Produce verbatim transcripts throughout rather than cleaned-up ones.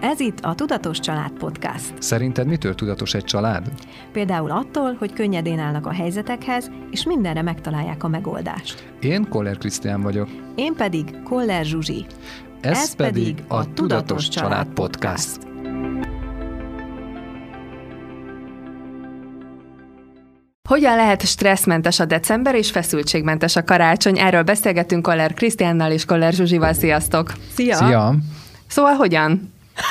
Ez itt a Tudatos Család Podcast. Szerinted mitől tudatos egy család? Például attól, hogy könnyedén állnak a helyzetekhez, és mindenre megtalálják a megoldást. Én Koller Krisztián vagyok. Én pedig Koller Zsuzsi. Ez, Ez pedig a, a Tudatos Család Podcast. Hogyan lehet stresszmentes a december és feszültségmentes a karácsony? Erről beszélgetünk Koller Krisztiánnal és Koller Zsuzsival. Sziasztok! Szia! Szia! Szóval hogyan?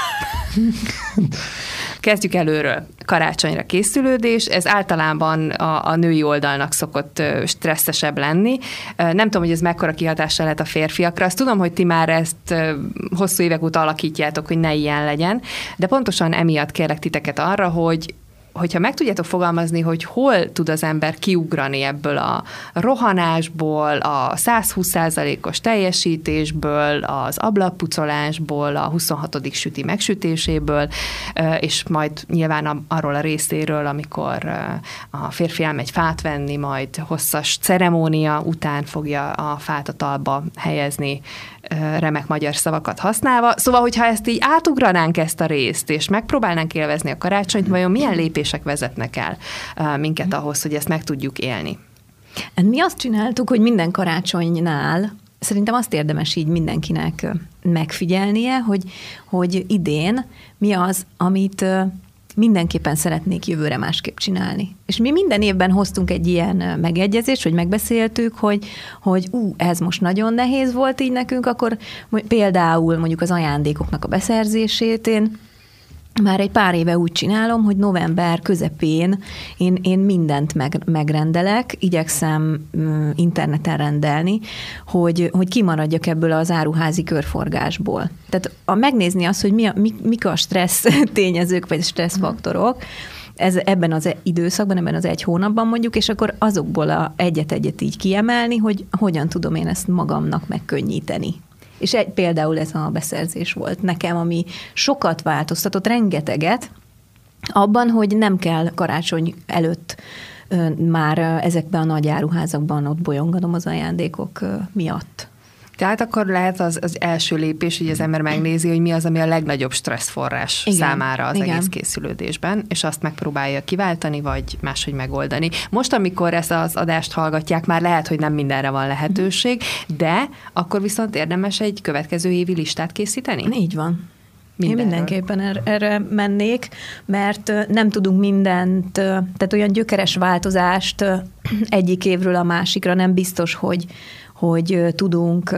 Kezdjük előről. Karácsonyra készülődés, ez általában a, a női oldalnak szokott stresszesebb lenni. Nem tudom, hogy ez mekkora kihatással lehet a férfiakra. Azt tudom, hogy ti már ezt hosszú évek óta alakítjátok, hogy ne ilyen legyen, de pontosan emiatt kérlek titeket arra, hogy hogyha meg tudjátok fogalmazni, hogy hol tud az ember kiugrani ebből a rohanásból, a száz húsz százalékos teljesítésből, az ablakpucolásból, a huszonhatodik süti megsütéséből, és majd nyilván arról a részéről, amikor a férfi elmegy fát venni, majd hosszas ceremónia után fogja a fát a talpba helyezni, remek magyar szavakat használva. Szóval, hogyha ezt így átugranánk ezt a részt, és megpróbálnánk élvezni a karácsonyt, vajon milyen lépések vezetnek el minket ahhoz, hogy ezt meg tudjuk élni? Mi azt csináltuk, hogy minden karácsonynál szerintem azt érdemes így mindenkinek megfigyelnie, hogy, hogy idén mi az, amit mindenképpen szeretnék jövőre másképp csinálni. És mi minden évben hoztunk egy ilyen megegyezést, hogy megbeszéltük, hogy, hogy ú, ez most nagyon nehéz volt így nekünk, akkor például mondjuk az ajándékoknak a beszerzését én már egy pár éve úgy csinálom, hogy november közepén én, én mindent meg, megrendelek, igyekszem interneten rendelni, hogy, hogy kimaradjak ebből az áruházi körforgásból. Tehát a, megnézni azt, hogy mi a, mi, mik a stressz tényezők, vagy stresszfaktorok, ez ebben az időszakban, ebben az egy hónapban mondjuk, és akkor azokból a egyet-egyet így kiemelni, hogy hogyan tudom én ezt magamnak megkönnyíteni. És egy, például ez a beszerzés volt nekem, ami sokat változtatott, rengeteget, abban, hogy nem kell karácsony előtt ö, már ezekben a nagy áruházakban ott bolyonganom az ajándékok ö, miatt. Tehát akkor lehet az, az első lépés, hogy az ember megnézi, hogy mi az, ami a legnagyobb stresszforrás igen, számára az igen. egész készülődésben, és azt megpróbálja kiváltani, vagy máshogy megoldani. Most, amikor ezt az adást hallgatják, már lehet, hogy nem mindenre van lehetőség, de akkor viszont érdemes egy következő évi listát készíteni? Így van. Mindenről. Én mindenképpen er- erre mennék, mert nem tudunk mindent, tehát olyan gyökeres változást egyik évről a másikra nem biztos, hogy hogy tudunk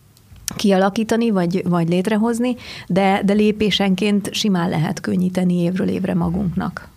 kialakítani, vagy, vagy létrehozni, de, de lépésenként simán lehet könnyíteni évről évre magunknak.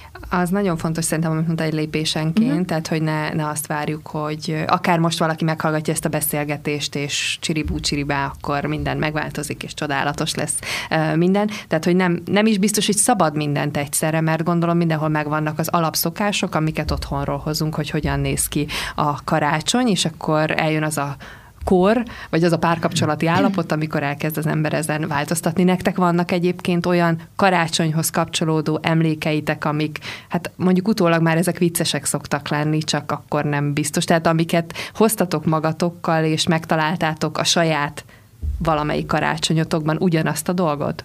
Az nagyon fontos szerintem, amit mondta, egy lépésenként, uh-huh. tehát hogy ne, ne azt várjuk, hogy akár most valaki meghallgatja ezt a beszélgetést, és csiribú csiribá, akkor minden megváltozik, és csodálatos lesz uh, minden. Tehát, hogy nem, nem is biztos, hogy szabad mindent egyszerre, mert gondolom mindenhol megvannak az alapszokások, amiket otthonról hozunk, hogy hogyan néz ki a karácsony, és akkor eljön az a kor, vagy az a párkapcsolati állapot, amikor elkezd az ember ezen változtatni. Nektek vannak egyébként olyan karácsonyhoz kapcsolódó emlékeitek, amik, hát mondjuk utólag már ezek viccesek szoktak lenni, csak akkor nem biztos. Tehát amiket hoztatok magatokkal, és megtaláltátok a saját valamelyik karácsonyotokban ugyanazt a dolgot?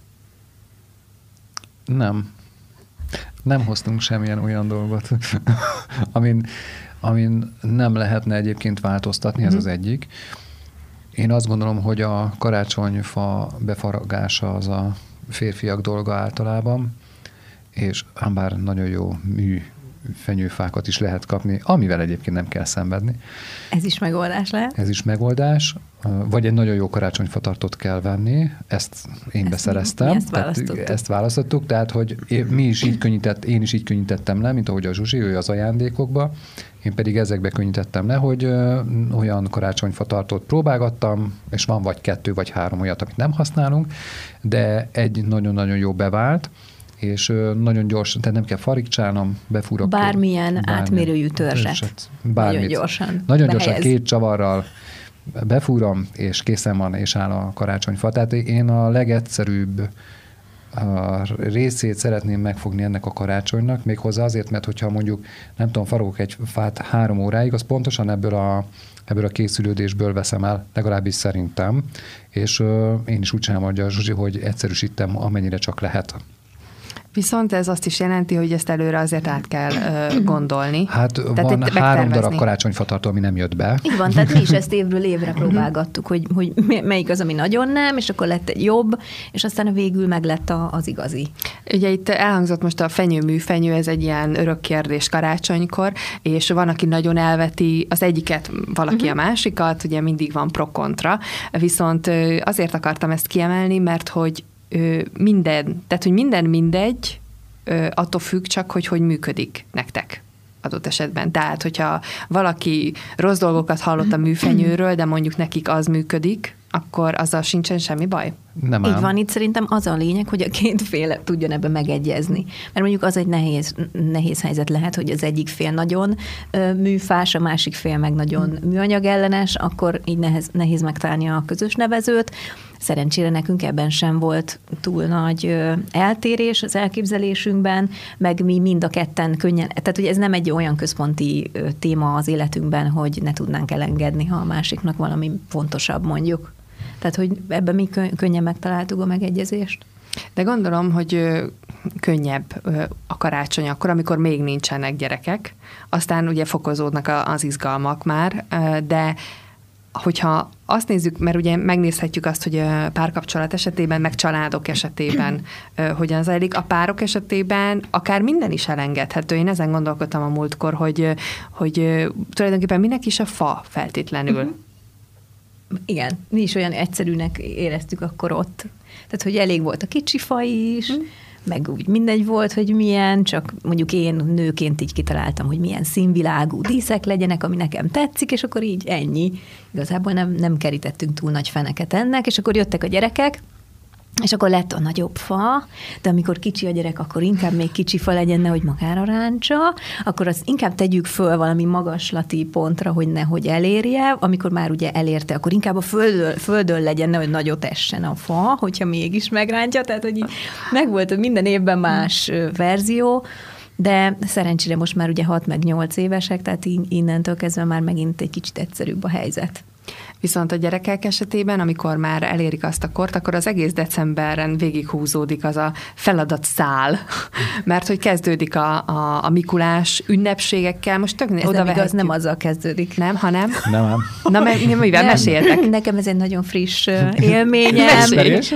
Nem. Nem hoztunk semmilyen olyan dolgot, amin, amin nem lehetne egyébként változtatni, ez az egyik. Én azt gondolom, hogy a karácsonyfa befaragása az a férfiak dolga általában, és ám bár nagyon jó mű fenyőfákat is lehet kapni, amivel egyébként nem kell szenvedni. Ez is megoldás lehet? Ez is megoldás. Vagy egy nagyon jó karácsonyfatartót kell venni, ezt én ezt beszereztem. Mi ezt választottuk. Tehát ezt választottuk, tehát hogy mi is így könnyített, én is így könnyítettem le, mint ahogy a Zsuzsi, ő az ajándékokba, én pedig ezekbe könnyítettem le, hogy ö, olyan karácsonyfatartót próbálgattam, és van vagy kettő, vagy három olyat, amit nem használunk, de egy nagyon-nagyon jó bevált, és ö, nagyon gyorsan, tehát nem kell farigcsálnom, befúrok. Bármilyen, bármilyen átmérőjű törzset. Bármit. Nagyon gyorsan. Nagyon behelyez. gyorsan, két csavarral befúrom, és készen van, és áll a karácsonyfa. Tehát én a legegyszerűbb a részét szeretném megfogni ennek a karácsonynak, méghozzá azért, mert hogyha mondjuk, nem tudom, faragok egy fát három óráig, az pontosan ebből a, ebből a készülődésből veszem el, legalábbis szerintem, és ö, én is úgy csinálom, hogy a Zsuzsi, hogy egyszerűsítem, amennyire csak lehet. Viszont ez azt is jelenti, hogy ezt előre azért át kell ö, gondolni. Hát tehát van három darab karácsonyfatartó, ami nem jött be. Így van, tehát mi is ezt évről évre próbálgattuk, hogy, hogy melyik az, ami nagyon nem, és akkor lett egy jobb, és aztán a végül meg lett a, az igazi. Ugye itt elhangzott most a fenyőműfenyő, ez egy ilyen örök kérdés karácsonykor, és van, aki nagyon elveti az egyiket, valaki uh-huh. a másikat, ugye mindig van pro-kontra, viszont azért akartam ezt kiemelni, mert hogy minden, tehát hogy minden mindegy, attól függ csak, hogy hogy működik nektek adott esetben. Tehát, hogyha valaki rossz dolgokat hallott a műfenyőről, de mondjuk nekik az működik, akkor azzal sincsen semmi baj? Nem Így ám. van, itt szerintem az a lényeg, hogy a két fél tudjon ebbe megegyezni. Mert mondjuk az egy nehéz, nehéz helyzet lehet, hogy az egyik fél nagyon ö, műfás, a másik fél meg nagyon hmm. műanyagellenes, akkor így nehéz, nehéz megtalálni a közös nevezőt. Szerencsére nekünk ebben sem volt túl nagy ö, eltérés az elképzelésünkben, meg mi mind a ketten könnyen, tehát hogy ez nem egy olyan központi ö, téma az életünkben, hogy ne tudnánk elengedni, ha a másiknak valami fontosabb mondjuk. Tehát, hogy ebben mi könnyen megtaláltuk a megegyezést. De gondolom, hogy könnyebb a karácsony akkor, amikor még nincsenek gyerekek. Aztán ugye fokozódnak az izgalmak már, de hogyha azt nézzük, mert ugye megnézhetjük azt, hogy párkapcsolat esetében, meg családok esetében hogyan zajlik. A párok esetében akár minden is elengedhető. Én ezen gondolkodtam a múltkor, hogy, hogy tulajdonképpen minek is a fa feltétlenül. Uh-huh. Igen, mi is olyan egyszerűnek éreztük akkor ott. Tehát, hogy elég volt a kicsi fa is, hmm. meg úgy mindegy volt, hogy milyen, csak mondjuk én nőként így kitaláltam, hogy milyen színvilágú díszek legyenek, ami nekem tetszik, és akkor így ennyi. Igazából nem, nem kerítettünk túl nagy feneket ennek, és akkor jöttek a gyerekek, és akkor lett a nagyobb fa, de amikor kicsi a gyerek, akkor inkább még kicsi fa legyen, nehogy magára ráncsa, akkor azt inkább tegyük föl valami magaslati pontra, hogy nehogy elérje, amikor már ugye elérte, akkor inkább a földön, földön legyen, nehogy nagyot essen a fa, hogyha mégis megrántja, tehát hogy így megvolt minden évben más verzió, de szerencsére most már ugye hat meg nyolc évesek, tehát innentől kezdve már megint egy kicsit egyszerűbb a helyzet. Viszont a gyerekek esetében, amikor már elérik azt a kort, akkor az egész decemberen végighúzódik az a feladatszál, mert hogy kezdődik a, a, a Mikulás ünnepségekkel. Most tök ez oda nem igaz, nem azzal kezdődik. Nem, hanem? Nem, nem. Na, mivel nem. meséltek? Nekem ez egy nagyon friss élményem.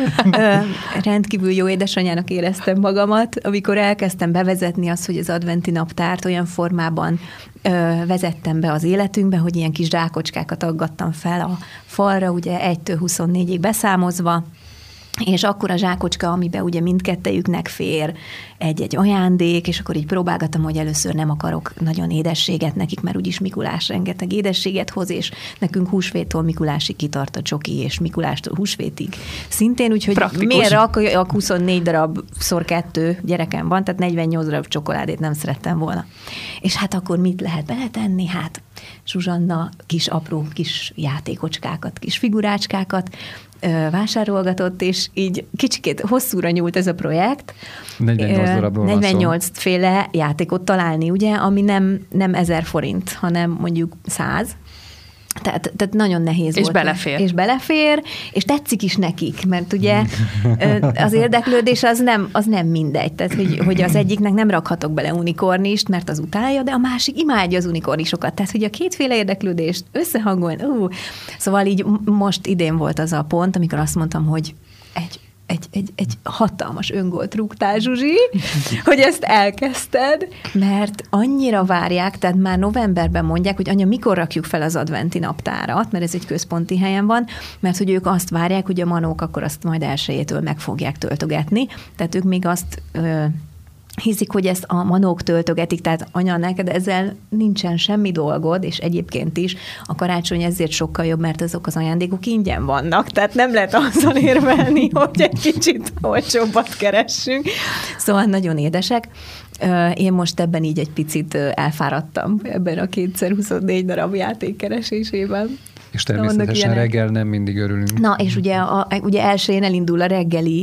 Rendkívül jó édesanyának éreztem magamat, amikor elkezdtem bevezetni azt, hogy az adventi naptárt olyan formában vezettem be az életünkbe, hogy ilyen kis zsákocskákat aggattam fel a falra, ugye egytől huszonnégyig beszámozva, és akkor a zsákocska, amiben ugye mindkettejüknek fér egy-egy ajándék, és akkor így próbálgattam, hogy először nem akarok nagyon édességet nekik, mert úgyis Mikulás rengeteg édességet hoz, és nekünk húsvéttól Mikulásig kitart a csoki, és Mikulástól húsvétig szintén, úgyhogy praktikus. Miért rak huszonnégy darab szor kettő gyerekem van, tehát negyvennyolc darab csokoládét nem szerettem volna. És hát akkor mit lehet beletenni? Hát Zsuzsanna kis apró kis játékocskákat, kis figurácskákat vásárolgatott, és így kicsikét hosszúra nyúlt ez a projekt. negyvennyolc darabról negyvennyolc féle játékot találni, ugye, ami nem, nem ezer forint, hanem mondjuk száz. Tehát, tehát nagyon nehéz és volt. Belefér. És belefér. És tetszik is nekik, mert ugye az érdeklődés az nem, az nem mindegy. Tehát, hogy, hogy az egyiknek nem rakhatok bele unikornist, mert az utálja, de a másik imádja az unikornisokat. Tehát, hogy a kétféle érdeklődést összehangolni. Uh, szóval így most idén volt az a pont, amikor azt mondtam, hogy egy Egy, egy, egy hatalmas öngolt rúgtál, Zsuzsi, hogy ezt elkezdted, mert annyira várják, tehát már novemberben mondják, hogy anya, mikor rakjuk fel az adventi naptárat, mert ez egy központi helyen van, mert hogy ők azt várják, hogy a manók akkor azt majd elsőjétől meg fogják töltögetni, tehát ők még azt ö, hiszik, hogy ezt a manók töltögetik, tehát anya, neked ezzel nincsen semmi dolgod, és egyébként is a karácsony ezért sokkal jobb, mert azok az ajándékok ingyen vannak, tehát nem lehet azzal érvelni, hogy egy kicsit olcsóbbat keressünk. Szóval nagyon édesek. Én most ebben így egy picit elfáradtam ebben a kétszer huszonnégy darab játék keresésében. És természetesen reggel nem mindig örülünk. Na, és ugye, a, ugye elsőjén elindul a reggeli,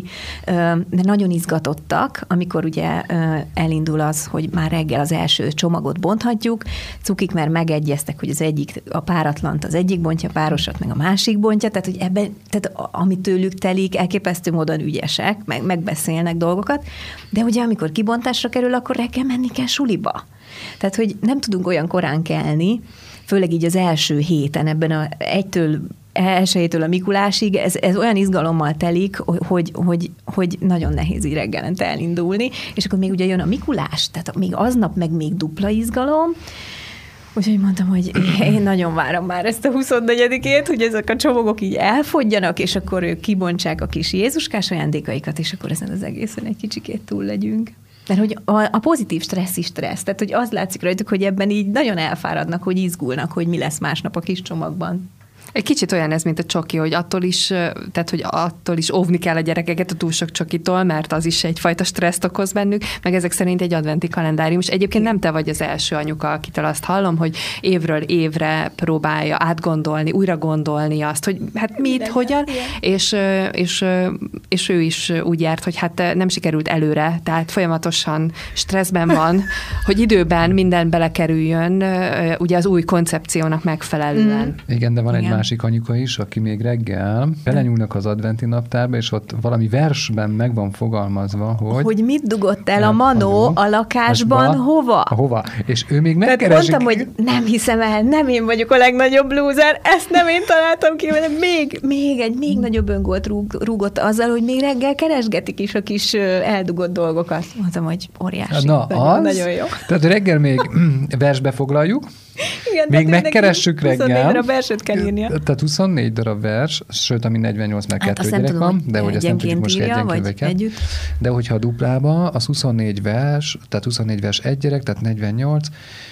de nagyon izgatottak, amikor ugye elindul az, hogy már reggel az első csomagot bonthatjuk. Cukik már megegyeztek, hogy az egyik, a páratlant az egyik bontja, párosat meg a másik bontja, tehát hogy ebben, tehát ami tőlük telik, elképesztő módon ügyesek, meg, megbeszélnek dolgokat, de ugye amikor kibontásra kerül, akkor reggel menni kell suliba. Tehát, hogy nem tudunk olyan korán kelni, főleg így az első héten, ebben a egytől, első héttől a Mikulásig, ez, ez olyan izgalommal telik, hogy, hogy, hogy nagyon nehéz így reggelente elindulni, és akkor még ugye jön a Mikulás, tehát még aznap meg még dupla izgalom, úgyhogy mondtam, hogy én nagyon várom már ezt a huszonnegyedikét, hogy ezek a csomagok így elfogyjanak, és akkor ők kibontsák a kis Jézuskás ajándékaikat, és akkor ezen az egészen egy kicsikét túl legyünk. Mert hogy a, a pozitív stressz is stressz, tehát hogy az látszik rajtuk, hogy ebben így nagyon elfáradnak, hogy izgulnak, hogy mi lesz másnap a kis csomagban. Egy kicsit olyan ez, mint a csoki, hogy attól is, tehát, hogy attól is óvni kell a gyerekeket a túl sok csokitól, mert az is egyfajta stresszt okoz bennük, meg ezek szerint egy adventi kalendárium. És egyébként nem te vagy az első anyuka, akitől azt hallom, hogy évről évre próbálja átgondolni, újra gondolni azt, hogy hát mit, igen, hogyan, és, és, és ő is úgy járt, hogy hát nem sikerült előre, tehát folyamatosan stresszben van, hogy időben minden belekerüljön, ugye az új koncepciónak megfelelően. Mm. Igen, de van egy másik anyuka is, aki még reggel belenyúlnak az adventi naptárba, és ott valami versben meg van fogalmazva, hogy... Hogy mit dugott el a manó a lakásban, Hásba, hova? Hova. És ő még megkeresik... Mondtam, hogy nem hiszem el, nem én vagyok a legnagyobb lúzer, ezt nem én találtam ki, mert még, még egy még nagyobb öngolt rúg, rúgott azzal, hogy még reggel keresgetik is a kis eldugott dolgokat. Mondtam, hogy óriási. Na, az, nagyon jó. Tehát reggel még versbe foglaljuk, igen, még megkeressük reggel. huszonnégy darab verset kell írnia. Tehát huszonnégy darab vers, sőt, ami negyvennyolc, meg hát kettő gyerek tudom, van, de hogy ezt nem tudjuk most egyenként. De hogyha a duplába, az huszonnégy vers, tehát huszonnégy vers egy gyerek, tehát negyvennyolc,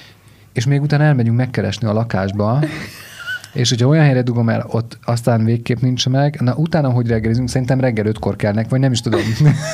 és még utána elmegyünk megkeresni a lakásba, és hogyha olyan helyre dugom el, ott aztán végképp nincs meg, na utána, hogy reggelizünk, szerintem reggel ötkor kelnek, vagy nem is tudom.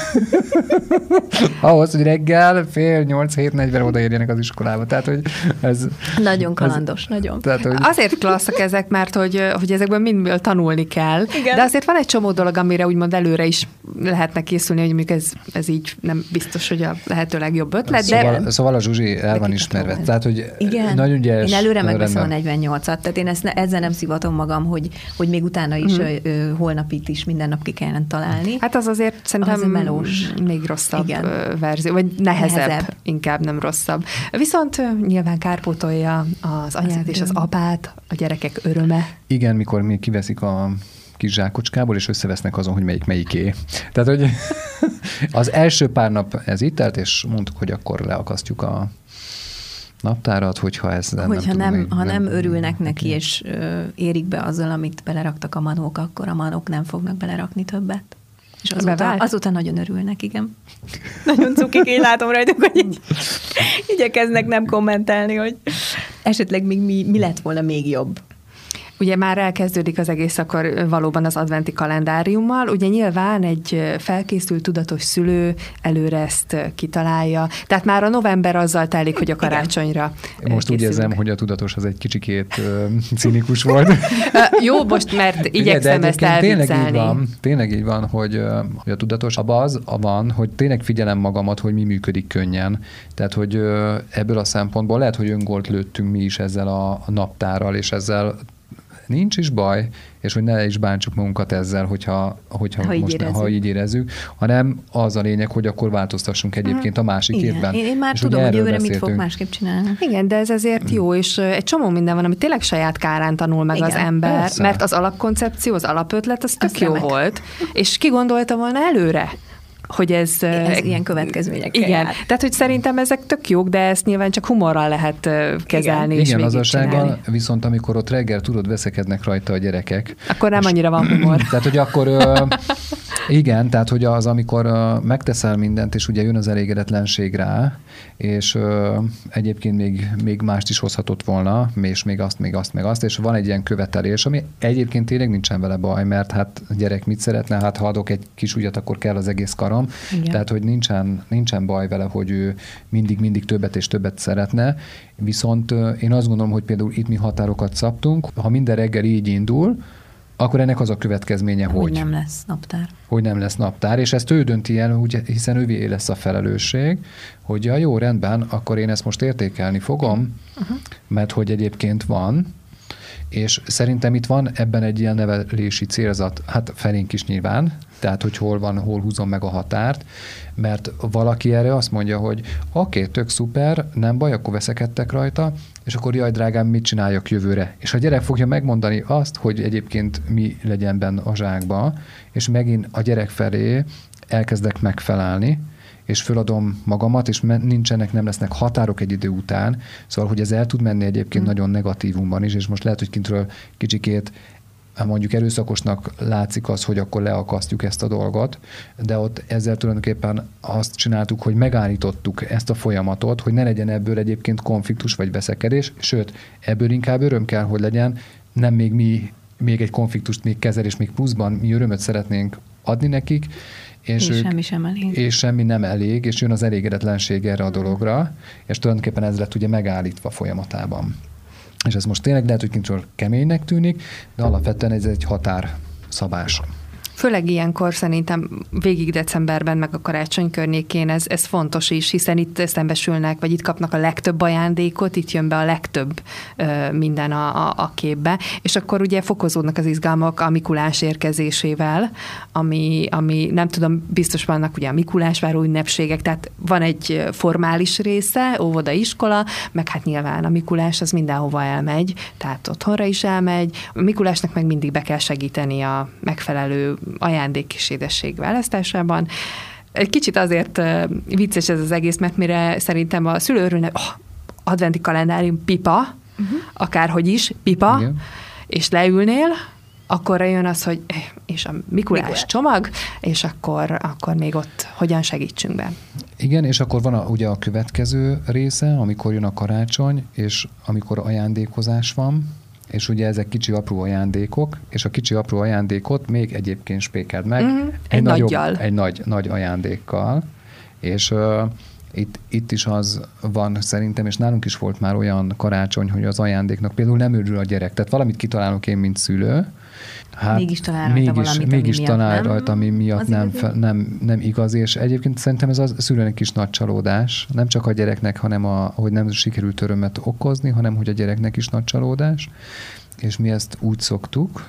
Ahhoz, hogy reggel fél nyolc, hét, negyven odaérjenek az iskolába. Tehát, hogy ez... Nagyon kalandos, ez, nagyon. Tehát, hogy... Azért klasszak ezek, mert hogy, hogy ezekből mindből tanulni kell. Igen. De azért van egy csomó dolog, amire úgymond előre is lehetne készülni, hogy mondjuk ez, ez így nem biztos, hogy a lehető legjobb ötlet. Szóval, de... szóval a Zsuzsi el van ismerve. Tehát, hogy igen. Nagyon ügyes. Én előre megveszem a negyvennyolcat, tehát én ezt, ezzel nem szivatom magam, hogy, hogy még utána is mm. ö, holnapit is minden nap ki kellene találni. Hát az azért szerintem az melós. Még rosszabb igen. verzió, vagy nehezebb, nehezebb, inkább nem rosszabb. Viszont nyilván kárpótolja az anyát az és az apát, a gyerekek öröme. Igen, mikor még kiveszik a kis zsákocskából, és összevesznek azon, hogy melyik melyiké. Tehát, hogy az első pár nap ez itt telt, és mondtuk, hogy akkor leakasztjuk a naptárat, hogyha ez nem, hogyha nem, nem, tudom, ha nem, nem örülnek neki, neki, és ö, érik be azzal, amit beleraktak a manók, akkor a manók nem fognak belerakni többet. És azóta, azóta nagyon örülnek, igen. Nagyon cukik, én látom rajtuk, hogy így, igyekeznek nem kommentelni, hogy esetleg még mi, mi lett volna még jobb. Ugye már elkezdődik az egész akkor valóban az adventi kalendáriummal. Ugye nyilván egy felkészült, tudatos szülő előre ezt kitalálja. Tehát már a november azzal telik, hogy a karácsonyra Most készülünk. Úgy érzem, hogy a tudatos az egy kicsikét uh, cinikus volt. Jó, most mert igyekszem ezt elviccelni. Tényleg így van, tényleg így van, hogy, hogy a tudatos az van, hogy tényleg figyelem magamat, hogy mi működik könnyen. Tehát, hogy ebből a szempontból lehet, hogy öngolt lőttünk mi is ezzel a naptárral, és ezzel nincs is baj, és hogy ne is bántsuk magunkat ezzel, hogyha, hogyha ha, most így ne, ha így érezzük, hanem az a lényeg, hogy akkor változtassunk egyébként a másik igen. évben. Én, én már és tudom, hogy jövőre mit fog másképp csinálni. Igen, de ez ezért jó, és egy csomó minden van, ami tényleg saját kárán tanul meg igen, az ember, persze. Mert az alapkoncepció, az alapötlet, az tök jó volt, és ki gondolta volna előre? Hogy ez, ez ilyen következményekkel igen. jár. Tehát, hogy szerintem ezek tök jók, de ezt nyilván csak humorral lehet kezelni igen. és igen, végigcsinálni. Viszont amikor ott reggel tudod, veszekednek rajta a gyerekek. Akkor nem annyira van humor. Tehát, hogy akkor ö, Igen, tehát hogy az, amikor uh, megteszel mindent, és ugye jön az elégedetlenség rá, és uh, egyébként még, még mást is hozhatott volna, és még azt, még azt, még azt, és van egy ilyen követelés, ami egyébként tényleg nincsen vele baj, mert hát gyerek mit szeretne, hát ha adok egy kis ujjat, akkor kell az egész karom. Igen. Tehát, hogy nincsen, nincsen baj vele, hogy ő mindig-mindig többet és többet szeretne, viszont uh, én azt gondolom, hogy például itt mi határokat szabtunk, ha minden reggel így indul, akkor ennek az a következménye, hogy, hogy nem lesz naptár. Hogy nem lesz naptár, és ezt ő dönti el, hiszen ővé lesz a felelősség, hogy ja, jó, rendben, akkor én ezt most értékelni fogom, uh-huh. mert hogy egyébként van, és szerintem itt van ebben egy ilyen nevelési célzat, hát felénk is nyilván, tehát hogy hol van, hol húzom meg a határt, mert valaki erre azt mondja, hogy oké, okay, tök szuper, nem baj, akkor veszekedtek rajta, és akkor jaj, drágám, mit csináljak jövőre? És a gyerek fogja megmondani azt, hogy egyébként mi legyen benne a zsákba, és megint a gyerek felé elkezdek megfelelni, és föladom magamat, és nincsenek, nem lesznek határok egy idő után, szóval, hogy ez el tud menni egyébként hmm. nagyon negatívumban is, és most lehet, hogy kintről kicsikét mondjuk erőszakosnak látszik az, hogy akkor leakasztjuk ezt a dolgot, de ott ezzel tulajdonképpen azt csináltuk, hogy megállítottuk ezt a folyamatot, hogy ne legyen ebből egyébként konfliktus vagy veszekedés, sőt, ebből inkább öröm kell, hogy legyen, nem még mi, még egy konfliktust még kezel, és még pluszban mi örömöt szeretnénk adni nekik, és, és ők, semmi sem elég. És semmi nem elég, és jön az elégedetlenség erre a dologra, és tulajdonképpen ez lett ugye megállítva folyamatában. És ez most tényleg lehet, hogy kintről keménynek tűnik, de alapvetően ez egy határszabás. Főleg ilyenkor szerintem végig decemberben, meg a karácsony környékén ez, ez fontos is, hiszen itt szembesülnek, vagy itt kapnak a legtöbb ajándékot, itt jön be a legtöbb ö, minden a, a, a képbe, és akkor ugye fokozódnak az izgalmak a Mikulás érkezésével, ami, ami nem tudom, biztos vannak ugye a Mikulásváró ünnepségek, tehát van egy formális része, óvoda, iskola, meg hát nyilván a Mikulás az mindenhova elmegy, tehát otthonra is elmegy, a Mikulásnak meg mindig be kell segíteni a megfelelő ajándék kis édesség választásában. Egy kicsit azért uh, vicces ez az egész, mert mire szerintem a szülő örülne, oh, adventi kalendárium, pipa, uh-huh. akárhogy is, pipa, igen. és leülnél, akkor jön az, hogy és a Mikulás, Mikulás. csomag, és akkor, akkor még ott hogyan segítsünk be. Igen, és akkor van a, ugye a következő része, amikor jön a karácsony, és amikor ajándékozás van, és ugye ezek kicsi apró ajándékok, és a kicsi apró ajándékot még egyébként spékeld meg mm, egy, egy, nagyobb, egy nagy, nagy ajándékkal, és uh, itt, itt is az van szerintem, és nálunk is volt már olyan karácsony, hogy az ajándéknak például nem örül a gyerek, tehát valamit kitalálok én, mint szülő, hát mégis talál rajta mégis, valamit, mégis ami talál miatt rajta, ami miatt nem, nem, nem, nem igaz, és egyébként szerintem ez a szülőnek is nagy csalódás, nem csak a gyereknek, hanem a, hogy nem sikerült örömet okozni, hanem hogy a gyereknek is nagy csalódás, és mi ezt úgy szoktuk,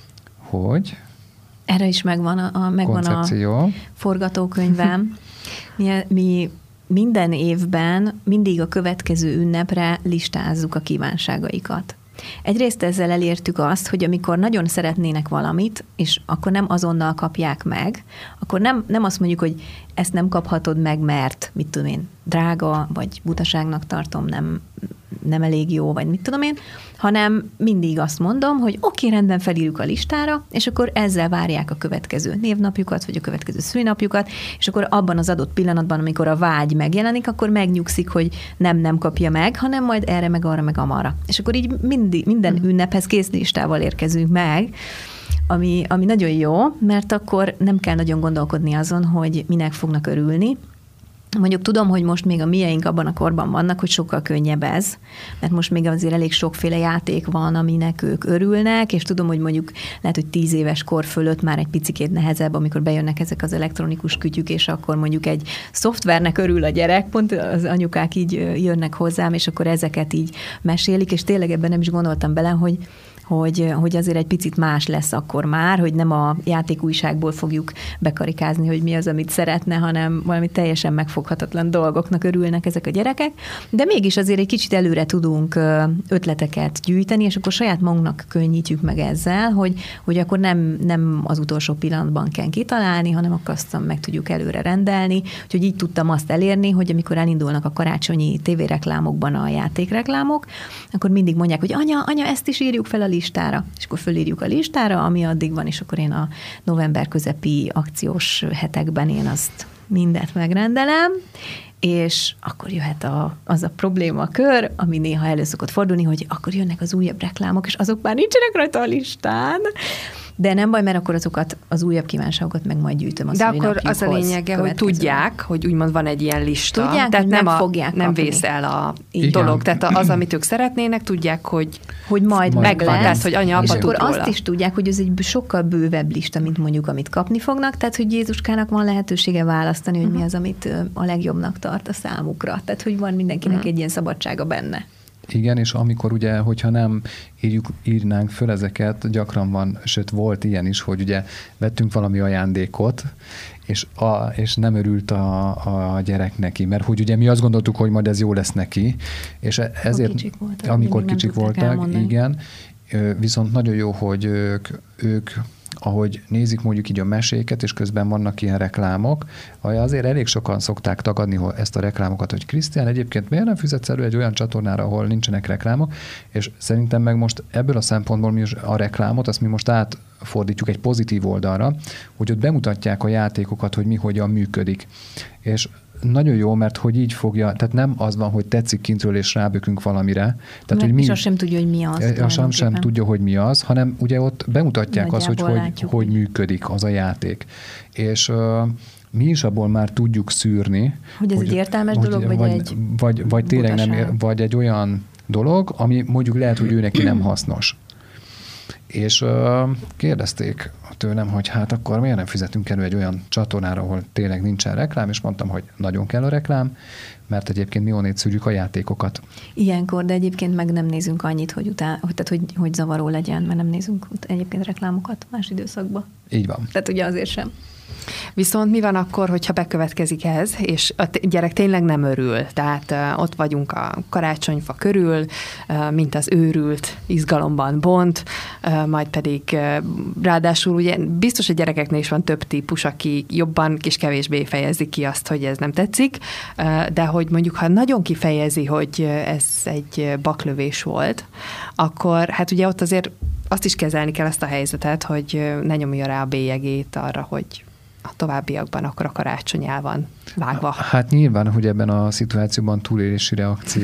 hogy erre is megvan a, a, megvan a forgatókönyvem. Mi, mi minden évben mindig a következő ünnepre listázzuk a kívánságaikat. Egyrészt ezzel elértük azt, hogy amikor nagyon szeretnének valamit, és akkor nem azonnal kapják meg, akkor nem, nem azt mondjuk, hogy ezt nem kaphatod meg, mert mit tudom én, drága, vagy butaságnak tartom, nem, nem elég jó, vagy mit tudom én, hanem mindig azt mondom, hogy oké, okay, rendben, felírjuk a listára, és akkor ezzel várják a következő névnapjukat, vagy a következő szülinapjukat, és akkor abban az adott pillanatban, amikor a vágy megjelenik, akkor megnyugszik, hogy nem, nem kapja meg, hanem majd erre, meg arra, meg amarra. És akkor így mindig, minden ünnephez kész listával érkezünk meg, ami, ami nagyon jó, mert akkor nem kell nagyon gondolkodni azon, hogy minek fognak örülni. Mondjuk tudom, hogy most még a mieink abban a korban vannak, hogy sokkal könnyebb ez, mert most még azért elég sokféle játék van, aminek ők örülnek, és tudom, hogy mondjuk lehet, hogy tíz éves kor fölött már egy picikét nehezebb, amikor bejönnek ezek az elektronikus kütyük, és akkor mondjuk egy szoftvernek örül a gyerek, pont az anyukák így jönnek hozzám, és akkor ezeket így mesélik, és tényleg ebben nem is gondoltam bele, hogy Hogy, hogy azért egy picit más lesz akkor már, hogy nem a játékújságból fogjuk bekarikázni, hogy mi az, amit szeretne, hanem valami teljesen megfoghatatlan dolgoknak örülnek ezek a gyerekek, de mégis azért egy kicsit előre tudunk ötleteket gyűjteni, és akkor saját magunknak könnyítjük meg ezzel, hogy, hogy akkor nem, nem az utolsó pillanatban kell kitalálni, hanem akkor azt meg tudjuk előre rendelni, úgyhogy így tudtam azt elérni, hogy amikor elindulnak a karácsonyi tévéreklámokban a játékreklámok, akkor mindig mondják, hogy anya, anya, ezt is írjuk fel a listára, és akkor fölírjuk a listára, ami addig van, és akkor én a november közepi akciós hetekben én azt mindet megrendelem, és akkor jöhet a, az a problémakör, ami néha elő szokott fordulni, hogy akkor jönnek az újabb reklámok, és azok már nincsenek rajta a listán, de nem baj, mert akkor azokat, az újabb kívánságokat meg majd gyűjtöm a De akkor az a lényege, hogy tudják, hogy úgymond van egy ilyen lista. Tudják, tehát nem, nem a, fogják nem kapni. vész el a Igen. dolog. Tehát az, amit ők szeretnének, tudják, hogy hogy majd, majd meg van, lesz, tehát, hogy anya, apa és tud akkor róla. azt is tudják, hogy ez egy sokkal bővebb lista, mint mondjuk, amit kapni fognak, tehát, hogy Jézuskának van lehetősége választani, hogy uh-huh. mi az, amit a legjobbnak tart a számukra. Tehát, hogy van mindenkinek uh-huh. egy ilyen szabadsága benne. Igen, és amikor ugye, hogyha nem írjuk, írnánk föl ezeket, gyakran van, sőt volt ilyen is, hogy ugye vettünk valami ajándékot, és, a, és nem örült a, a gyerek neki, mert hogy ugye mi azt gondoltuk, hogy majd ez jó lesz neki, és ezért, kicsik voltak, amikor kicsik voltak, elmondani. igen, viszont nagyon jó, hogy ők, ők ahogy nézik mondjuk így a meséket, és közben vannak ilyen reklámok, azért elég sokan szokták tagadni ezt a reklámokat, hogy Krisztián, egyébként miért nem fizetsz elő egy olyan csatornára, ahol nincsenek reklámok, és szerintem meg most ebből a szempontból mi a reklámot, azt mi most átfordítjuk egy pozitív oldalra, hogy ott bemutatják a játékokat, hogy mi hogyan működik. És nagyon jó, mert hogy így fogja, tehát nem az van, hogy tetszik kintről és rábökünk valamire. Tehát, hogy mi, és azt sem tudja, hogy mi az. Azt sem tudja, hogy mi az, hanem ugye ott bemutatják azt, hogy hogy, hogy működik az a játék. És uh, mi is abból már tudjuk szűrni. Hogy ez hogy, egy értelmes hogy, dolog, vagy, vagy egy Vagy, vagy tényleg nem, vagy egy olyan dolog, ami mondjuk lehet, hogy ő neki nem hasznos. És uh, kérdezték tőlem, hogy hát akkor miért nem fizetünk elő egy olyan csatornára, ahol tényleg nincsen reklám, és mondtam, hogy nagyon kell a reklám, mert egyébként mi onnét szűrjük a játékokat. Ilyenkor, de egyébként meg nem nézünk annyit, hogy, után, hogy, tehát, hogy, hogy zavaró legyen, mert nem nézünk egyébként reklámokat más időszakban. Így van. Tehát ugye azért sem. Viszont mi van akkor, hogyha bekövetkezik ez, és a gyerek tényleg nem örül? Tehát uh, ott vagyunk a karácsonyfa körül, uh, mint az őrült, izgalomban bont, uh, majd pedig uh, ráadásul ugye biztos, hogy gyerekeknél is van több típus, aki jobban és kevésbé fejezi ki azt, hogy ez nem tetszik, uh, de hogy mondjuk, ha nagyon kifejezi, hogy ez egy baklövés volt, akkor hát ugye ott azért azt is kezelni kell ezt a helyzetet, hogy ne nyomja rá a bélyegét arra, hogy a továbbiakban akkor a karácsony el van vágva. Hát nyilván, hogy ebben a szituációban túlélési reakció.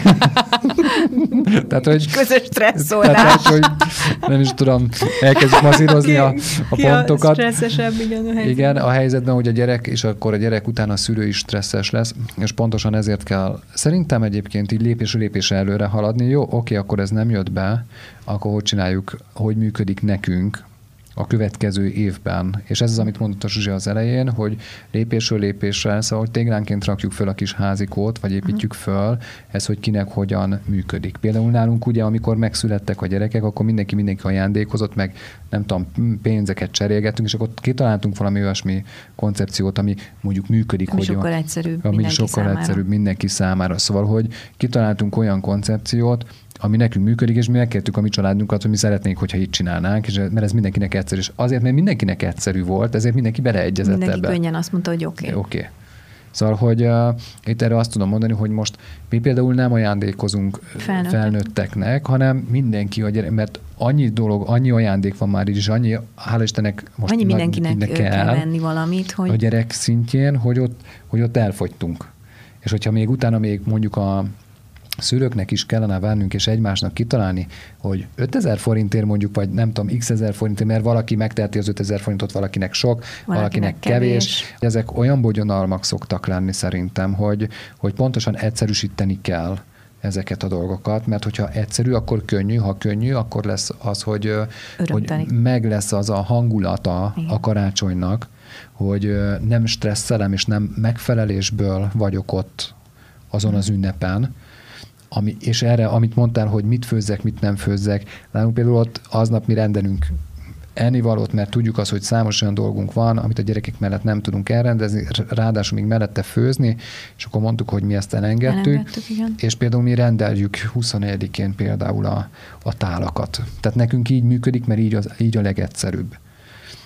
tehát, hogy, közös stresszolás. Tehát, hogy nem is tudom, elkezdjük masszírozni a, a pontokat. A stresszesebb, igen, a helyzetben. Igen, a helyzetben, hogy a gyerek, és akkor a gyerek után a szülő is stresszes lesz, és pontosan ezért kell szerintem egyébként így lépésről lépésre előre haladni. Jó, oké, akkor ez nem jött be, akkor hogy csináljuk, hogy működik nekünk a következő évben. És ez az, amit mondott a Zsuzsi az elején, hogy lépésről lépésre, szóval hogy téglánként rakjuk föl a kis házikót, vagy építjük föl, ez, hogy kinek hogyan működik. Például nálunk ugye, amikor megszülettek a gyerekek, akkor mindenki mindenki ajándékozott, meg nem tudom, pénzeket cserélgettünk, és akkor kitaláltunk valami olyasmi koncepciót, ami mondjuk működik. Ami hogy sokkal a, egyszerűbb ami mindenki sokkal számára. egyszerűbb mindenki számára. Szóval, hogy kitaláltunk olyan koncepciót, ami nekünk működik, és mi megkértük a mi családunkat, hogy mi szeretnénk, hogyha így csinálnánk, és mert ez mindenkinek egyszerű. És azért, mert mindenkinek egyszerű volt, ezért mindenki beleegyezett mindenki ebbe. Mindenki könnyen azt mondta, hogy oké. Okay. Oké. Okay. Szóval, hogy uh, itt erre azt tudom mondani, hogy most mi például nem ajándékozunk Felnőttek. felnőtteknek, hanem mindenki a gyerek, mert annyi dolog, annyi ajándék van már így, és annyi, hála Istennek most annyi mindenkinek nagy, kell, kell venni valamit, hogy a gyerek szintjén, hogy ott, hogy ott elfogytunk. És hogyha még utána még mondjuk a szülőknek is kellene várnunk és egymásnak kitalálni, hogy ötezer forintért mondjuk, vagy nem tudom, x ezer forintért, mert valaki megteheti az ötezer forintot, valakinek sok, valakinek, valakinek kevés. kevés. Ezek olyan bogyonalmak szoktak lenni szerintem, hogy, hogy pontosan egyszerűsíteni kell ezeket a dolgokat, mert hogyha egyszerű, akkor könnyű, ha könnyű, akkor lesz az, hogy, hogy meg lesz az a hangulata Igen. a karácsonynak, hogy nem stresszelem és nem megfelelésből vagyok ott azon az ünnepen, Ami, és erre, amit mondtál, hogy mit főzzek, mit nem főzzek, nálunk például ott aznap mi rendelünk ennivalót, mert tudjuk azt, hogy számos olyan dolgunk van, amit a gyerekek mellett nem tudunk elrendezni, ráadásul még mellette főzni, és akkor mondtuk, hogy mi ezt elengedtük, elengedtük és például mi rendeljük huszonegyedikén például a, a tálakat. Tehát nekünk így működik, mert így, az, így a legegyszerűbb.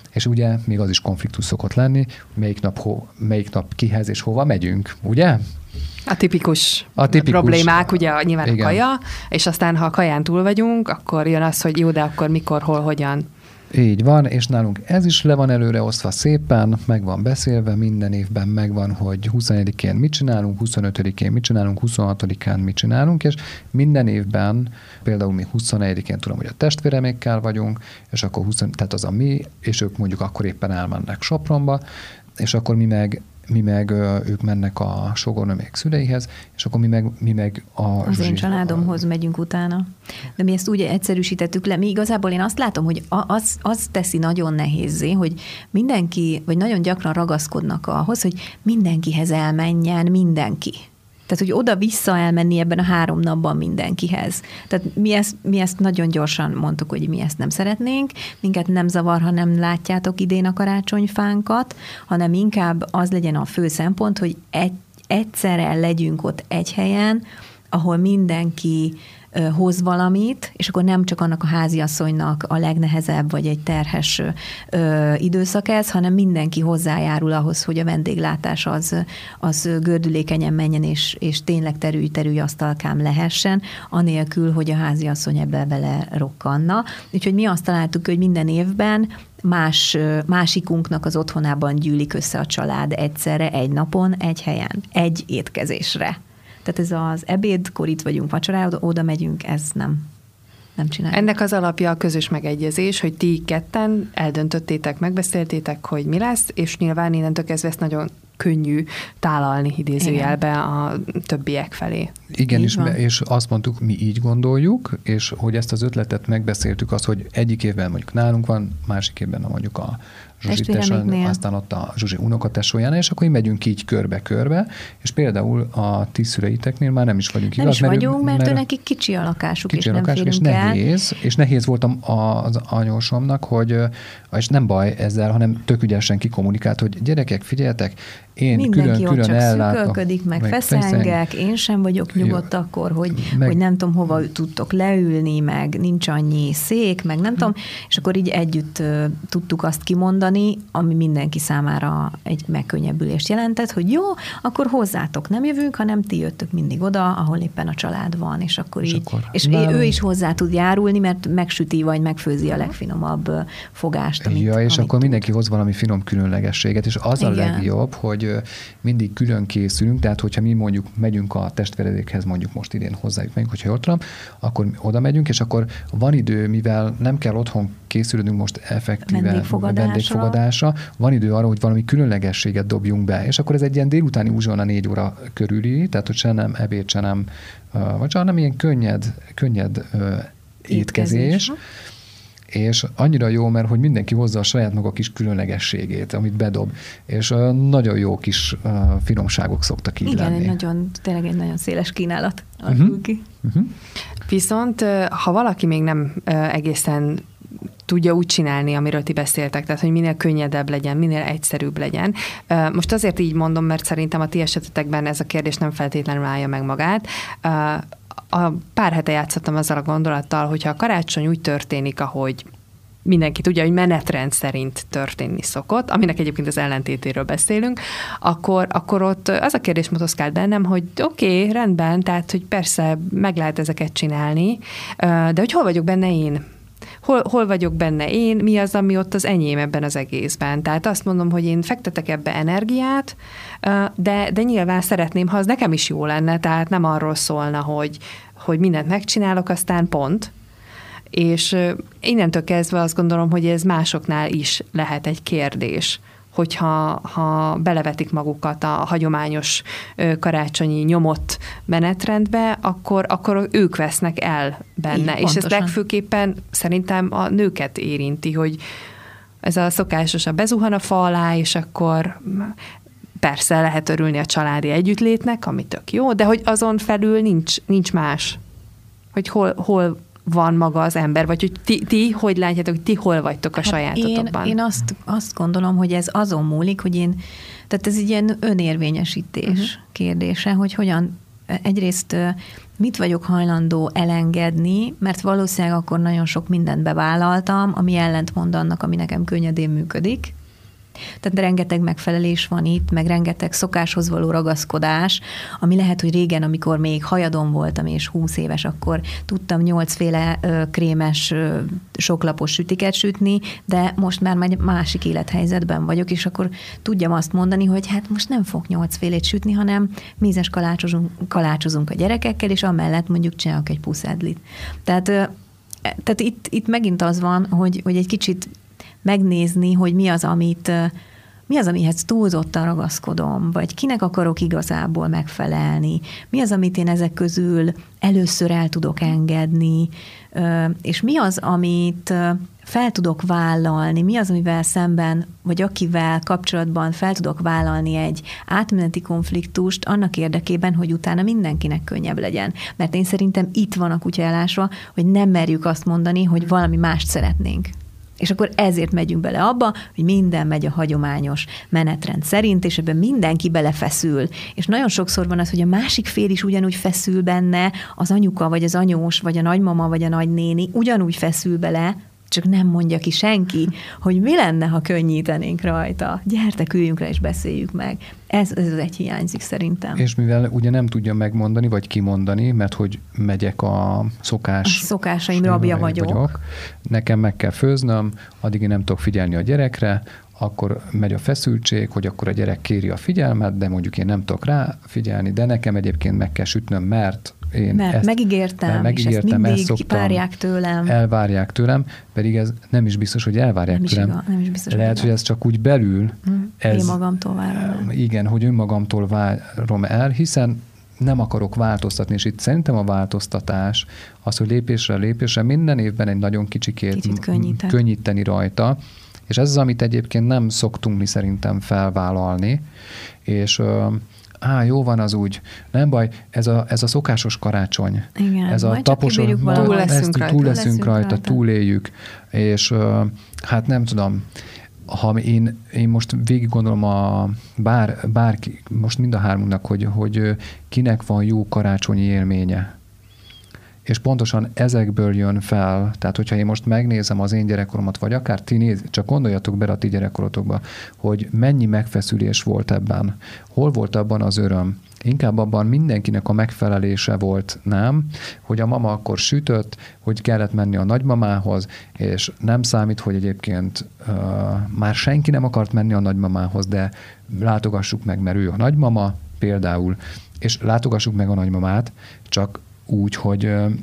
És ugye még az is konfliktus szokott lenni, melyik nap, ho, melyik nap kihez és hova megyünk, ugye? A tipikus, a tipikus problémák, ugye nyilván igen. a kaja, és aztán ha a kaján túl vagyunk, akkor jön az, hogy jó, de akkor mikor, hol, hogyan. Így van, és nálunk ez is le van előre osztva szépen, meg van beszélve, minden évben megvan, hogy huszonegyedikén mit csinálunk, huszonötödikén mit csinálunk, huszonhatodikán mit csinálunk, és minden évben, például mi huszonegyedikén tudom, hogy a testvéremékkel vagyunk, és akkor húsz, tehát az a mi, és ők mondjuk akkor éppen elmennek Sopronba, és akkor mi meg mi meg ők mennek a sógornőmék szüleihez, és akkor mi meg, mi meg a Az Zsuzsi, én családomhoz a... megyünk utána. De mi ezt úgy egyszerűsítettük le. Mi igazából én azt látom, hogy az, az teszi nagyon nehézzé, hogy mindenki, vagy nagyon gyakran ragaszkodnak ahhoz, hogy mindenkihez elmenjen mindenki. Tehát, hogy oda-vissza elmenni ebben a három napban mindenkihez. Tehát mi ezt, mi ezt nagyon gyorsan mondtuk, hogy mi ezt nem szeretnénk. Minket nem zavar, ha nem látjátok idén a karácsonyfánkat, hanem inkább az legyen a fő szempont, hogy egy, egyszerre legyünk ott egy helyen, ahol mindenki hoz valamit, és akkor nem csak annak a háziasszonynak a legnehezebb, vagy egy terhes ö, időszak ez, hanem mindenki hozzájárul ahhoz, hogy a vendéglátás az, az gördülékenyen menjen, és, és tényleg terülj-terülj asztalkám lehessen, anélkül, hogy a háziasszony ebbe bele rokkanna. Úgyhogy mi azt találtuk, hogy minden évben más, másikunknak az otthonában gyűlik össze a család egyszerre, egy napon, egy helyen, egy étkezésre. Tehát ez az ebédkor itt vagyunk, vacsorára, oda megyünk, ez nem, nem csináljuk. Ennek az alapja a közös megegyezés, hogy ti ketten eldöntöttétek, megbeszéltétek, hogy mi lesz, és nyilván innentől kezdve ezt nagyon könnyű tálalni idézőjelbe a többiek felé. Igen, és, és azt mondtuk, mi így gondoljuk, és hogy ezt az ötletet megbeszéltük, az, hogy egyik évben mondjuk nálunk van, másik évben mondjuk a Zsuzsi tesó, aztán ott a Zsuzsi unokatesójánál, és akkor így megyünk így körbe-körbe, és például a ti szüleiteknél már nem is vagyunk nem igaz. Nem is mert vagyunk, mert, mert ő nekik kicsi a lakásuk, kicsi és nem lakásuk, és nehéz, és nehéz voltam az anyósomnak, hogy, és nem baj ezzel, hanem tök ügyesen kikommunikált, hogy gyerekek, figyeljetek, én mindenki külön, külön ellátom. Szükölködik, meg, meg feszengek, én sem vagyok nyugodt jó. akkor, hogy, meg, hogy nem tudom, hova tudtok leülni, meg nincs annyi szék, meg nem hm. tudom, és akkor így együtt uh, tudtuk azt kimondani, ami mindenki számára egy megkönnyebbülést jelentett, hogy jó, akkor hozzátok nem jövünk, hanem ti jöttök mindig oda, ahol éppen a család van, és akkor és így, akkor és nem. ő is hozzá tud járulni, mert megsüti, vagy megfőzi a legfinomabb fogást, amit, ja, és amit akkor tud. mindenki hoz valami finom különlegességet, és az igen. a legjobb, hogy mindig külön készülünk, tehát hogyha mi mondjuk megyünk a testvéredékhez, mondjuk most idén hozzájuk megyünk, hogyha jól tudom, akkor oda megyünk, és akkor van idő, mivel nem kell otthon készülődünk most effektíve vendégfogadásra. vendégfogadásra, van idő arra, hogy valami különlegességet dobjunk be, és akkor ez egy ilyen délutáni uzsonna négy óra körüli, tehát hogy se nem ebéd, se nem, vagy hanem ilyen könnyed, könnyed étkezés. étkezés. És annyira jó, mert hogy mindenki hozza a saját maga kis különlegességét, amit bedob, és nagyon jó kis finomságok szoktak így igen, lenni. Igen, egy nagyon, tényleg egy nagyon széles kínálat alakul uh-huh. ki. Uh-huh. Viszont, ha valaki még nem egészen tudja úgy csinálni, amiről ti beszéltek, tehát hogy minél könnyedebb legyen, minél egyszerűbb legyen. Most azért így mondom, mert szerintem a ti esetetekben ez a kérdés nem feltétlenül állja meg magát. A pár hete játszottam azzal a gondolattal, hogyha a karácsony úgy történik, ahogy mindenki tudja, hogy menetrend szerint történni szokott, aminek egyébként az ellentétéről beszélünk, akkor, akkor ott az a kérdés motoszkált bennem, hogy oké, okay, rendben, tehát hogy persze meg lehet ezeket csinálni, de hogy hol vagyok benne én? Hol, hol vagyok benne én, mi az, ami ott az enyém ebben az egészben. Tehát azt mondom, hogy én fektetek ebbe energiát, de, de nyilván szeretném, ha az nekem is jó lenne, tehát nem arról szólna, hogy, hogy mindent megcsinálok, aztán pont. És innentől kezdve azt gondolom, hogy ez másoknál is lehet egy kérdés, hogyha ha belevetik magukat a hagyományos karácsonyi nyomott menetrendbe, akkor, akkor ők vesznek el benne. Így, és ez legfőképpen szerintem a nőket érinti, hogy ez a szokásos, a bezuhan a fa alá, és akkor persze lehet örülni a családi együttlétnek, ami tök jó, de hogy azon felül nincs, nincs más. Hogy hol, hol van maga az ember, vagy hogy ti, ti hogy látjátok, hogy ti hol vagytok a hát sajátotokban? Én, én azt, azt gondolom, hogy ez azon múlik, hogy én, tehát ez egy ilyen önérvényesítés uh-huh. kérdése, hogy hogyan egyrészt mit vagyok hajlandó elengedni, mert valószínűleg akkor nagyon sok mindent bevállaltam, ami ellentmond annak, ami nekem könnyedén működik. Tehát rengeteg megfelelés van itt, meg rengeteg szokáshoz való ragaszkodás, ami lehet, hogy régen, amikor még hajadon voltam és húsz éves, akkor tudtam nyolcféle ö, krémes, ö, soklapos sütiket sütni, de most már egy másik élethelyzetben vagyok, és akkor tudjam azt mondani, hogy hát most nem fog nyolcfélét sütni, hanem mézes kalácsozunk, kalácsozunk a gyerekekkel, és amellett mondjuk csinálok egy puszedlit. Tehát, ö, tehát itt, itt megint az van, hogy, hogy egy kicsit megnézni, hogy mi az, amit, mi az, amihez túlzottan ragaszkodom, vagy kinek akarok igazából megfelelni, mi az, amit én ezek közül először el tudok engedni, és mi az, amit fel tudok vállalni, mi az, amivel szemben, vagy akivel kapcsolatban fel tudok vállalni egy átmeneti konfliktust annak érdekében, hogy utána mindenkinek könnyebb legyen. Mert én szerintem itt van a kutya elásva, hogy nem merjük azt mondani, hogy valami mást szeretnénk. És akkor ezért megyünk bele abba, hogy minden megy a hagyományos menetrend szerint, és ebben mindenki belefeszül. És nagyon sokszor van az, hogy a másik fél is ugyanúgy feszül benne, az anyuka, vagy az anyós, vagy a nagymama, vagy a nagynéni ugyanúgy feszül bele, csak nem mondja ki senki, hogy mi lenne, ha könnyítenénk rajta. Gyertek, üljünk le és beszéljük meg. Ez, ez az egy hiányzik szerintem. És mivel ugye nem tudja megmondani, vagy kimondani, mert hogy megyek a szokás... A szokásaim rabja vagyok. vagyok. Nekem meg kell főznöm, addig én nem tudok figyelni a gyerekre, akkor megy a feszültség, hogy akkor a gyerek kéri a figyelmet, de mondjuk én nem tudok rá figyelni, de nekem egyébként meg kell sütnöm, mert én mert ezt, megígértem, mert megígértem, és ezt mindig ezt szoktam, várják tőlem. Elvárják tőlem, pedig ez nem is biztos, hogy elvárják nem tőlem. Is igaz, nem is biztos, Lehet, hogy, hogy ez csak úgy belül. Hmm. Ez, én magamtól várom el. Igen, hogy önmagamtól várom el, hiszen nem akarok változtatni, és itt szerintem a változtatás az, hogy lépésre lépésre minden évben egy nagyon kicsikét könnyíteni rajta, és ez az, amit egyébként nem szoktunk mi szerintem felvállalni, és á, jó van az úgy, nem baj, ez a, ez a szokásos karácsony. Igen, ez a taposom, túl leszünk rajta, túl leszünk rajta, túléljük, és hát nem tudom, ha én, én most végig gondolom a bár, bárki, most mind a hármunknak, hogy, hogy kinek van jó karácsonyi élménye. És pontosan ezekből jön fel, tehát hogyha én most megnézem az én gyerekkoromat, vagy akár ti néz, csak gondoljatok bele a ti gyerekkorotokba, hogy mennyi megfeszülés volt ebben, hol volt abban az öröm. Inkább abban mindenkinek a megfelelése volt, nem? Hogy a mama akkor sütött, hogy kellett menni a nagymamához, és nem számít, hogy egyébként uh, már senki nem akart menni a nagymamához, de látogassuk meg, mert ő a nagymama például, és látogassuk meg a nagymamát, csak úgy, hogy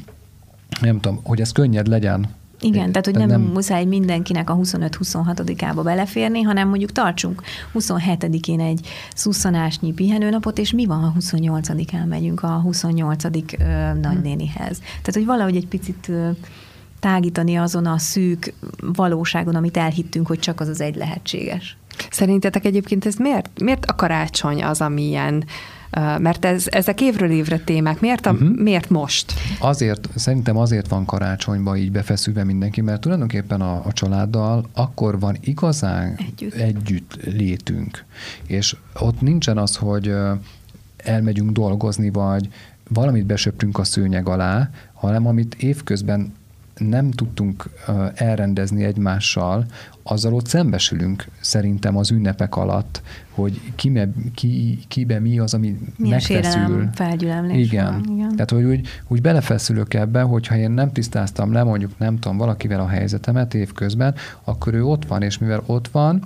nem tudom, hogy ez könnyed legyen. Igen, tehát hogy nem, nem muszáj mindenkinek a huszonöt-huszonhatodikába beleférni, hanem mondjuk tartsunk huszonhetedikén egy szusszanásnyi pihenőnapot, és mi van, ha huszonnyolcadikán megyünk a huszonnyolcadik ö, nagynénihez. Tehát, hogy valahogy egy picit ö, tágítani azon a szűk valóságon, amit elhittünk, hogy csak az az egy lehetséges. Szerintetek egyébként ez miért, miért a karácsony az, ami ilyen, mert ez, ezek évről évre témák. Miért, a, uh-huh. miért most? Azért, szerintem azért van karácsonyban így befeszülve mindenki, mert tulajdonképpen a, a családdal akkor van igazán együtt. együtt létünk. És ott nincsen az, hogy elmegyünk dolgozni, vagy valamit besöprünk a szőnyeg alá, hanem amit évközben nem tudtunk elrendezni egymással, azzal ott szembesülünk szerintem az ünnepek alatt, hogy kime, ki, kibe mi az, ami milyen megfeszül. Felgyülemlés igen. van, igen. Tehát, hogy úgy, úgy belefeszülök ebbe, hogyha én nem tisztáztam le, mondjuk nem tudom, valakivel a helyzetemet évközben, akkor ő ott van, és mivel ott van,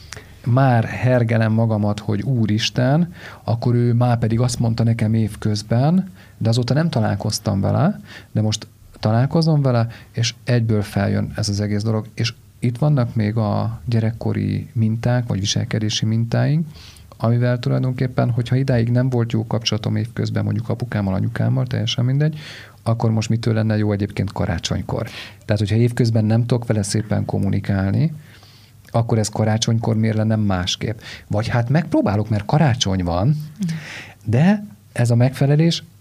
már hergelem magamat, hogy Úristen, akkor ő már pedig azt mondta nekem évközben, de azóta nem találkoztam vele, de most találkozom vele, és egyből feljön ez az egész dolog. És itt vannak még a gyerekkori minták, vagy viselkedési mintáink, amivel tulajdonképpen, hogyha idáig nem volt jó kapcsolatom évközben, mondjuk apukámmal, anyukámmal, teljesen mindegy, akkor most mitől lenne jó egyébként karácsonykor. Tehát, hogyha évközben nem tudok vele szépen kommunikálni, akkor ez karácsonykor miért lenne másképp? Vagy hát megpróbálok, mert karácsony van, de ez a megfelelés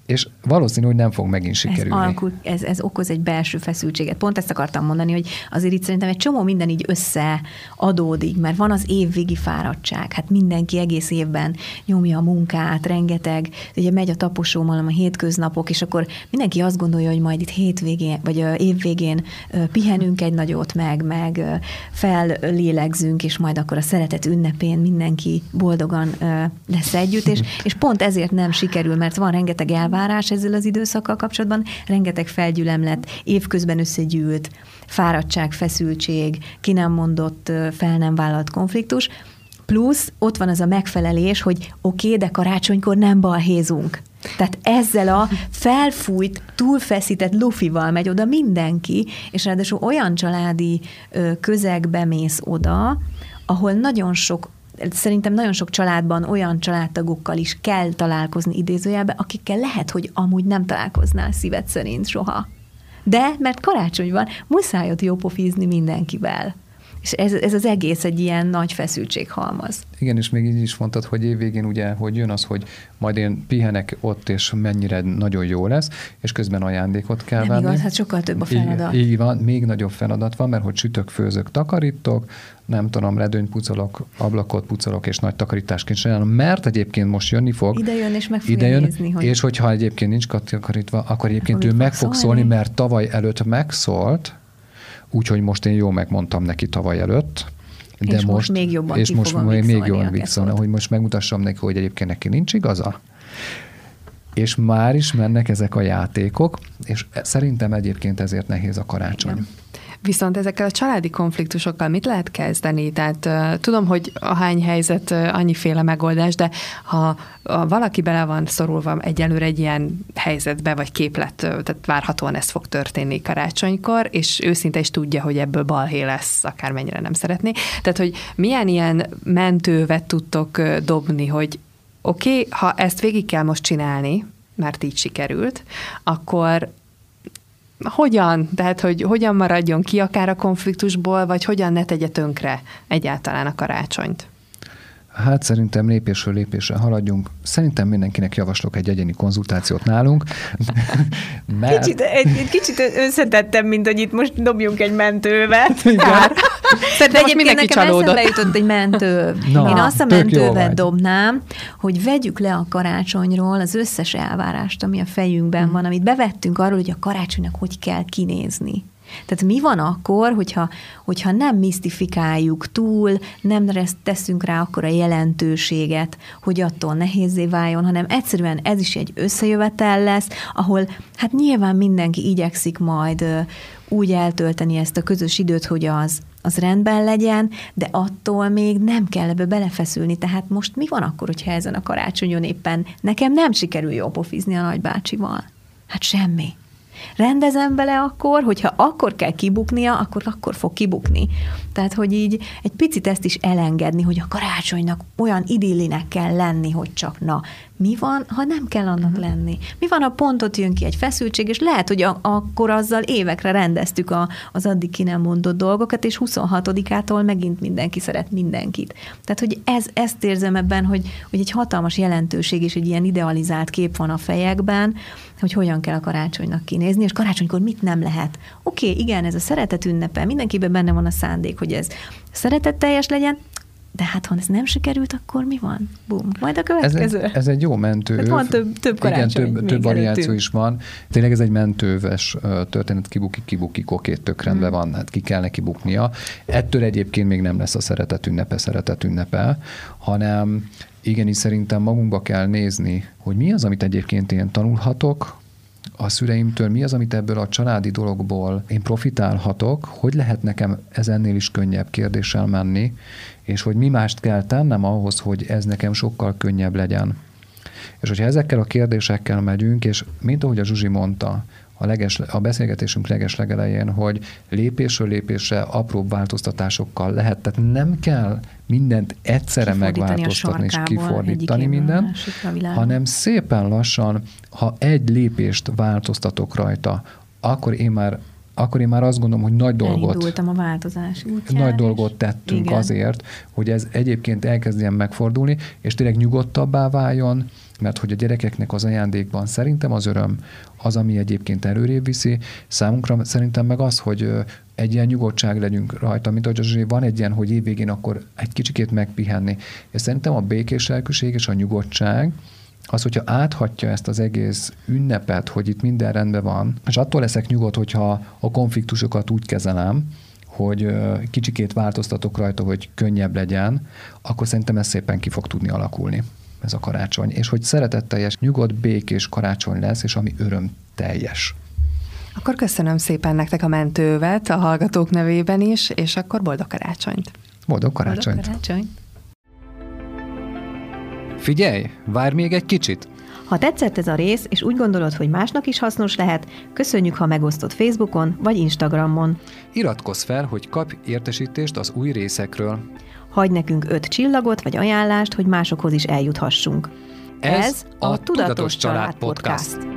és valószínű, hogy nem fog megint sikerülni. Ez, alakul, ez, ez okoz egy belső feszültséget. Pont ezt akartam mondani, hogy azért itt szerintem egy csomó minden így összeadódik, mert van az évvégi fáradtság. Hát mindenki egész évben nyomja a munkát, rengeteg, ugye megy a taposómalom, a hétköznapok, és akkor mindenki azt gondolja, hogy majd itt hétvégén, vagy évvégén pihenünk egy nagyot, meg, meg fellélegzünk, és majd akkor a szeretet ünnepén mindenki boldogan lesz együtt, és, és pont ezért nem sikerül, mert van rengeteg elvárás ezzel az időszakkal kapcsolatban, rengeteg felgyülemlet, évközben összegyűlt, fáradtság, feszültség, ki nem mondott, fel nem vállalt konfliktus, plusz ott van az a megfelelés, hogy oké, okay, de karácsonykor nem balhézunk. Tehát ezzel a felfújt, túlfeszített lufival megy oda mindenki, és ráadásul olyan családi közegbe mész oda, ahol nagyon sok, szerintem nagyon sok családban olyan családtagokkal is kell találkozni idézőjelben, akikkel lehet, hogy amúgy nem találkoznál szíved szerint soha. De, mert karácsony van, muszáj ott jópofizni mindenkivel. És ez, ez az egész egy ilyen nagy feszültséghalmaz. Igen, és még így is mondtad, hogy évvégén ugye, hogy jön az, hogy majd én pihenek ott, és mennyire nagyon jó lesz, és közben ajándékot kell venni. Nem igaz, hát sokkal több a feladat. Így, így van, még nagyobb feladat van, mert hogy sütök, főzök, takarítok, nem tudom, redőnyt pucolok, ablakot pucolok, és nagy takarításként csinálom, mert egyébként most jönni fog. Ide jön, és meg fogja nézni, hogy... És hogyha egyébként nincs takarítva, akkor egyébként akkor ő meg fog szólni, szólni, mert tavaly előtt megszólt, úgyhogy most én jól megmondtam neki tavaly előtt. De és most, most még jobban és most még, még jobban vigszolni, hogy most megmutassam neki, hogy egyébként neki nincs igaza. És már is mennek ezek a játékok, és szerintem egyébként ezért nehéz a karácsony. Igen. Viszont ezekkel a családi konfliktusokkal mit lehet kezdeni? Tehát uh, tudom, hogy ahány helyzet, uh, annyiféle megoldás, de ha uh, valaki bele van szorulva egyelőre egy ilyen helyzetbe, vagy képlet, uh, tehát várhatóan ez fog történni karácsonykor, és őszinte is tudja, hogy ebből balhé lesz, akármennyire nem szeretné. Tehát, hogy milyen ilyen mentővet tudtok uh, dobni, hogy oké, okay, ha ezt végig kell most csinálni, mert így sikerült, akkor hogyan? Tehát, hogy hogyan maradjon ki akár a konfliktusból, vagy hogyan ne tegye tönkre egyáltalán a karácsonyt? Hát szerintem lépésről lépésre haladjunk. Szerintem mindenkinek javaslok egy egyéni konzultációt nálunk. Mert... Kicsit, egy, egy kicsit összetettem, mint hogy itt most dobjunk egy mentővet. Kár. Szerintem most mindenki csalódott. Eszembe jutott egy mentő. No, én azt a mentővet dobnám, hogy vegyük le a karácsonyról az összes elvárást, ami a fejünkben hmm. van, amit bevettünk arról, hogy a karácsonynak hogy kell kinézni. Tehát mi van akkor, hogyha, hogyha nem misztifikáljuk túl, nem teszünk rá akkora jelentőséget, hogy attól nehézzé váljon, hanem egyszerűen ez is egy összejövetel lesz, ahol hát nyilván mindenki igyekszik majd úgy eltölteni ezt a közös időt, hogy az, az rendben legyen, de attól még nem kell ebbe belefeszülni. Tehát most mi van akkor, hogyha ezen a karácsonyon éppen nekem nem sikerül jól pofizni a nagybácsival? Hát semmi. Rendezem bele akkor, hogyha akkor kell kibuknia, akkor akkor fog kibukni. Tehát, hogy így egy picit ezt is elengedni, hogy a karácsonynak olyan idillinek kell lenni, hogy csak na, mi van, ha nem kell annak uh-huh. lenni? Mi van, ha pontot jön ki egy feszültség, és lehet, hogy a, akkor azzal évekre rendeztük a, az addig ki nem mondott dolgokat, és huszonhatodikától megint mindenki szeret mindenkit. Tehát, hogy ez, ezt érzem ebben, hogy, hogy egy hatalmas jelentőség és egy ilyen idealizált kép van a fejekben, hogy hogyan kell a karácsonynak kinézni, és karácsonykor mit nem lehet. Oké, okay, igen, ez a szeretet ünnepe, mindenkiben benne van a szándék, hogy ez szeretetteljes legyen, de hát, ha ez nem sikerült, akkor mi van? Bum, majd a következő. Ez egy, ez egy jó mentő. Tehát van több, több karácsony. Igen, több, több variáció is van. Tényleg ez egy mentőves történet, kibukik, kibukik, oké, tök rendben hmm. van, hát ki kell neki buknia. Ettől egyébként még nem lesz a szeretet ünnepe, szeretet ünnepe, hanem igenis szerintem magunkba kell nézni, hogy mi az, amit egyébként én tanulhatok a szüleimtől, mi az, amit ebből a családi dologból én profitálhatok, hogy lehet nekem ez ennél is könnyebb kérdéssel menni, és hogy mi mást kell tennem ahhoz, hogy ez nekem sokkal könnyebb legyen. És hogyha ezekkel a kérdésekkel megyünk, és mint ahogy a Zsuzsi mondta, a, leges, a beszélgetésünk leges legelején, hogy lépésről lépésre apróbb változtatásokkal lehet, tehát nem kell mindent egyszerre megváltoztatni és kifordítani mindent, hanem szépen lassan, ha egy lépést változtatok rajta, akkor én már akkor én már azt gondolom, hogy nagy dolgot, elindultam a változás útjára. Nagy dolgot tettünk igen. azért, hogy ez egyébként elkezdjen megfordulni, és tényleg nyugodtabbá váljon, mert hogy a gyerekeknek az ajándékban szerintem az öröm az, ami egyébként előrébb viszi. Számunkra szerintem meg az, hogy egy ilyen nyugodtság legyünk rajta, mint hogy van egy ilyen, hogy évvégén akkor egy kicsikét megpihenni. És szerintem a békés lelkűség és a nyugodtság, az, hogyha áthatja ezt az egész ünnepet, hogy itt minden rendben van, és attól leszek nyugodt, hogyha a konfliktusokat úgy kezelem, hogy kicsikét változtatok rajta, hogy könnyebb legyen, akkor szerintem ez szépen ki fog tudni alakulni, ez a karácsony. És hogy szeretetteljes, nyugodt, békés karácsony lesz, és ami örömteljes. Akkor köszönöm szépen nektek a mentővet a hallgatók nevében is, és akkor boldog karácsonyt! Boldog karácsonyt! Boldog karácsony. Figyelj, várj még egy kicsit! Ha tetszett ez a rész, és úgy gondolod, hogy másnak is hasznos lehet, köszönjük, ha megosztod Facebookon vagy Instagramon. Iratkozz fel, hogy kapj értesítést az új részekről. Hagyj nekünk öt csillagot vagy ajánlást, hogy másokhoz is eljuthassunk. Ez, Ez a Tudatos Család Podcast.